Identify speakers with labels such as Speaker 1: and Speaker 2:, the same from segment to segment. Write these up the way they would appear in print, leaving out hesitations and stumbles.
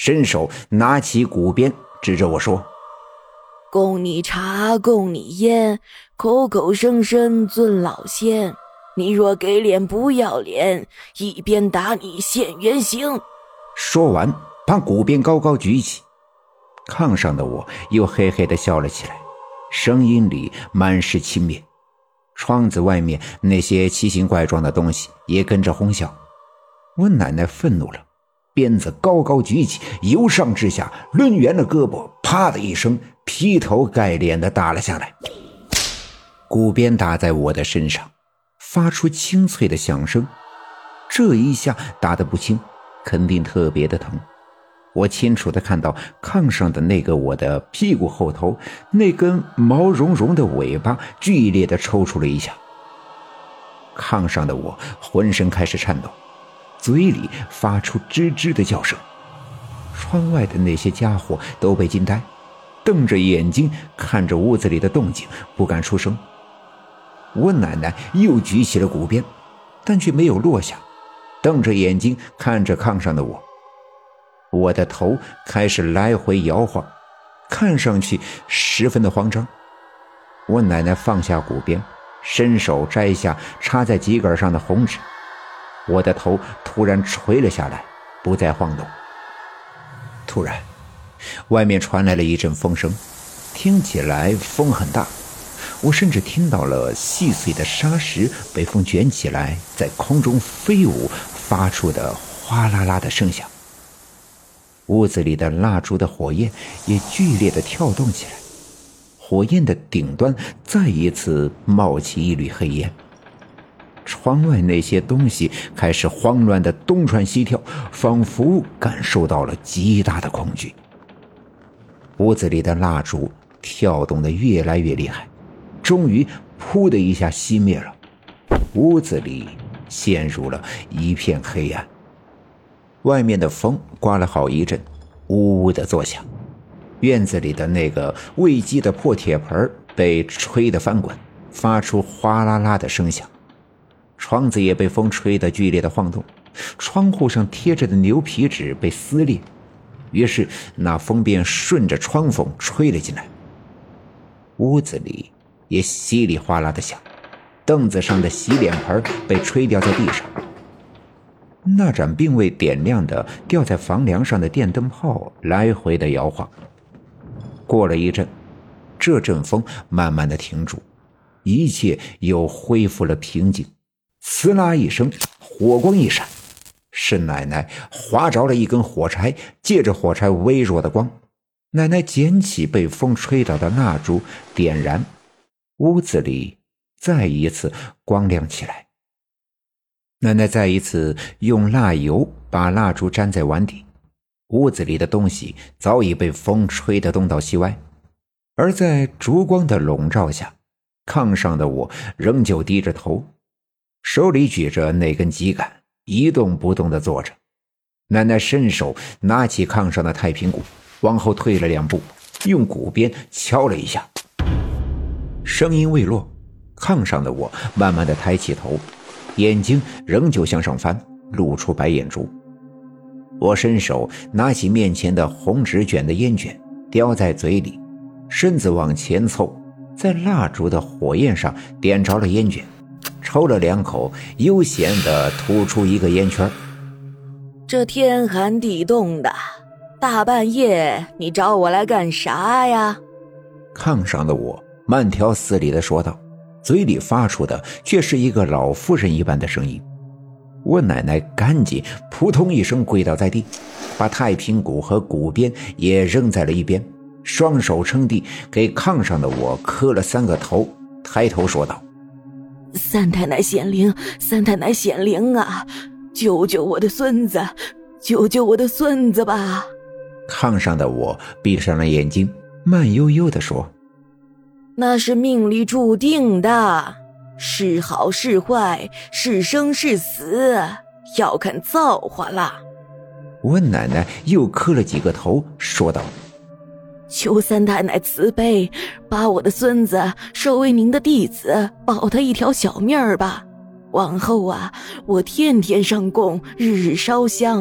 Speaker 1: 伸手拿起鼓鞭，指着我说：
Speaker 2: 供你茶，供你烟，口口声声尊老仙。你若给脸不要脸，一鞭打你现原形。
Speaker 1: 说完，把鼓鞭高高举起。炕上的我又嘿嘿地笑了起来，声音里满是轻蔑。窗子外面那些奇形怪状的东西也跟着哄笑。我奶奶愤怒了，鞭子高高举起，由上至下抡圆了胳膊，啪的一声，劈头盖脸地打了下来。鼓鞭打在我的身上，发出清脆的响声。这一下打得不轻，肯定特别的疼。我清楚地看到炕上的那个我的屁股后头那根毛茸茸的尾巴剧烈地抽搐了一下。炕上的我浑身开始颤抖，嘴里发出吱吱的叫声。窗外的那些家伙都被惊呆，瞪着眼睛看着屋子里的动静，不敢出声。我奶奶又举起了鼓鞭，但却没有落下，瞪着眼睛看着炕上的我。我的头开始来回摇晃，看上去十分的慌张。我奶奶放下鼓鞭，伸手摘下插在秸秆上的红纸。我的头突然垂了下来，不再晃动。突然，外面传来了一阵风声，听起来风很大。我甚至听到了细碎的沙石被风卷起来，在空中飞舞，发出的哗啦啦的声响。屋子里的蜡烛的火焰也剧烈地跳动起来，火焰的顶端再一次冒起一缕黑烟。窗外那些东西开始慌乱地东窜西跳，仿佛感受到了极大的恐惧。屋子里的蜡烛跳动得越来越厉害，终于噗的一下熄灭了。屋子里陷入了一片黑暗。外面的风刮了好一阵，呜呜地作响。院子里的那个喂鸡的破铁盆被吹得翻滚，发出哗啦啦的声响。窗子也被风吹得剧烈的晃动，窗户上贴着的牛皮纸被撕裂，于是那风便顺着窗缝吹了进来。屋子里也稀里哗啦的响，凳子上的洗脸盆被吹掉在地上。那盏并未点亮的吊在房梁上的电灯泡来回的摇晃。过了一阵，这阵风慢慢的停住，一切又恢复了平静。呲啦一声，火光一闪，是奶奶划着了一根火柴，借着火柴微弱的光，奶奶捡起被风吹倒的蜡烛，点燃，屋子里再一次光亮起来。奶奶再一次用蜡油把蜡烛粘在碗底，屋子里的东西早已被风吹得东倒西歪，而在烛光的笼罩下，炕上的我仍旧低着头，手里举着那根秸秆，一动不动地坐着。奶奶伸手拿起炕上的太平鼓，往后退了2步，用鼓鞭敲了一下。声音未落，炕上的我慢慢地抬起头，眼睛仍旧向上翻，露出白眼珠。我伸手拿起面前的红纸卷的烟卷，叼在嘴里，身子往前凑，在蜡烛的火焰上点着了烟卷，抽了2口，悠闲地吐出一个烟圈。
Speaker 2: 这天寒地冻的，大半夜你找我来干啥呀？
Speaker 1: 炕上的我慢条斯理地说道，嘴里发出的却是一个老妇人一般的声音。我奶奶赶紧扑通一声跪倒在地，把太平鼓和鼓鞭也扔在了一边，双手撑地，给炕上的我磕了3个头，抬头说道：
Speaker 2: 三太奶显灵，三太奶显灵啊，救救我的孙子，救救我的孙子吧。
Speaker 1: 炕上的我闭上了眼睛，慢悠悠地说：
Speaker 2: 那是命里注定的，是好是坏，是生是死，要看造化了。
Speaker 1: 我奶奶又磕了几个头，说道：
Speaker 2: 求三太奶慈悲，把我的孙子收为您的弟子，保他一条小命儿吧。往后啊，我天天上供，日日烧香，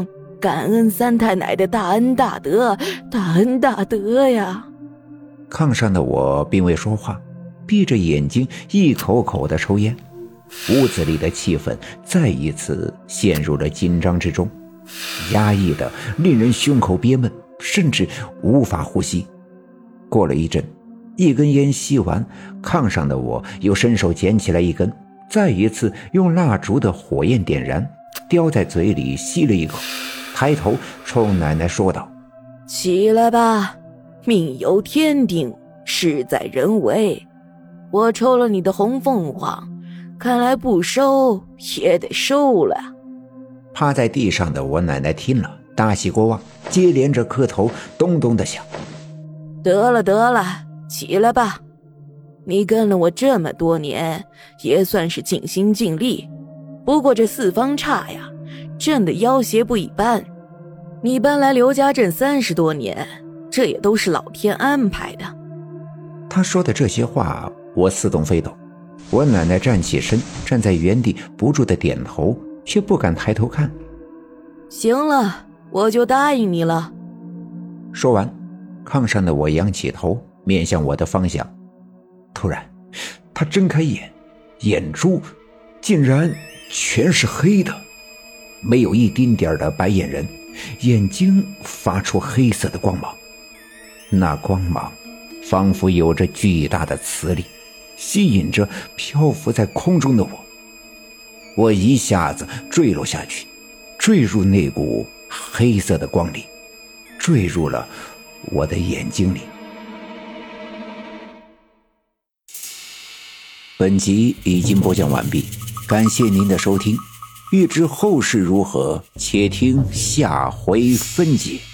Speaker 2: 感恩三太奶的大恩大德，大恩大德呀！
Speaker 1: 炕上的我并未说话，闭着眼睛一口口地抽烟。屋子里的气氛再一次陷入了紧张之中，压抑的令人胸口憋闷，甚至无法呼吸。过了一阵，一根烟吸完，炕上的我又伸手捡起来一根，再一次用蜡烛的火焰点燃，叼在嘴里吸了一口，抬头冲奶奶说道：
Speaker 2: 起来吧，命由天定，事在人为。我抽了你的红凤凰，看来不收也得收了。
Speaker 1: 趴在地上的我奶奶听了，大喜过望，接连着磕头，咚咚的响。
Speaker 2: 得了得了，起来吧，你跟了我这么多年，也算是尽心尽力。不过这四方岔呀，震得要挟不一般。你搬来刘家镇30多年，这也都是老天安排的。
Speaker 1: 他说的这些话，我似懂非懂。我奶奶站起身，站在原地不住的点头，却不敢抬头看。
Speaker 2: 行了，我就答应你了。
Speaker 1: 说完，炕上的我仰起头，面向我的方向。突然，他睁开眼，眼珠竟然全是黑的，没有一丁点的白眼仁，眼睛发出黑色的光芒。那光芒仿佛有着巨大的磁力，吸引着漂浮在空中的我。我一下子坠落下去，坠入那股黑色的光里，坠入了我的眼睛里。本集已经播讲完毕，感谢您的收听。欲知后事如何，且听下回分解。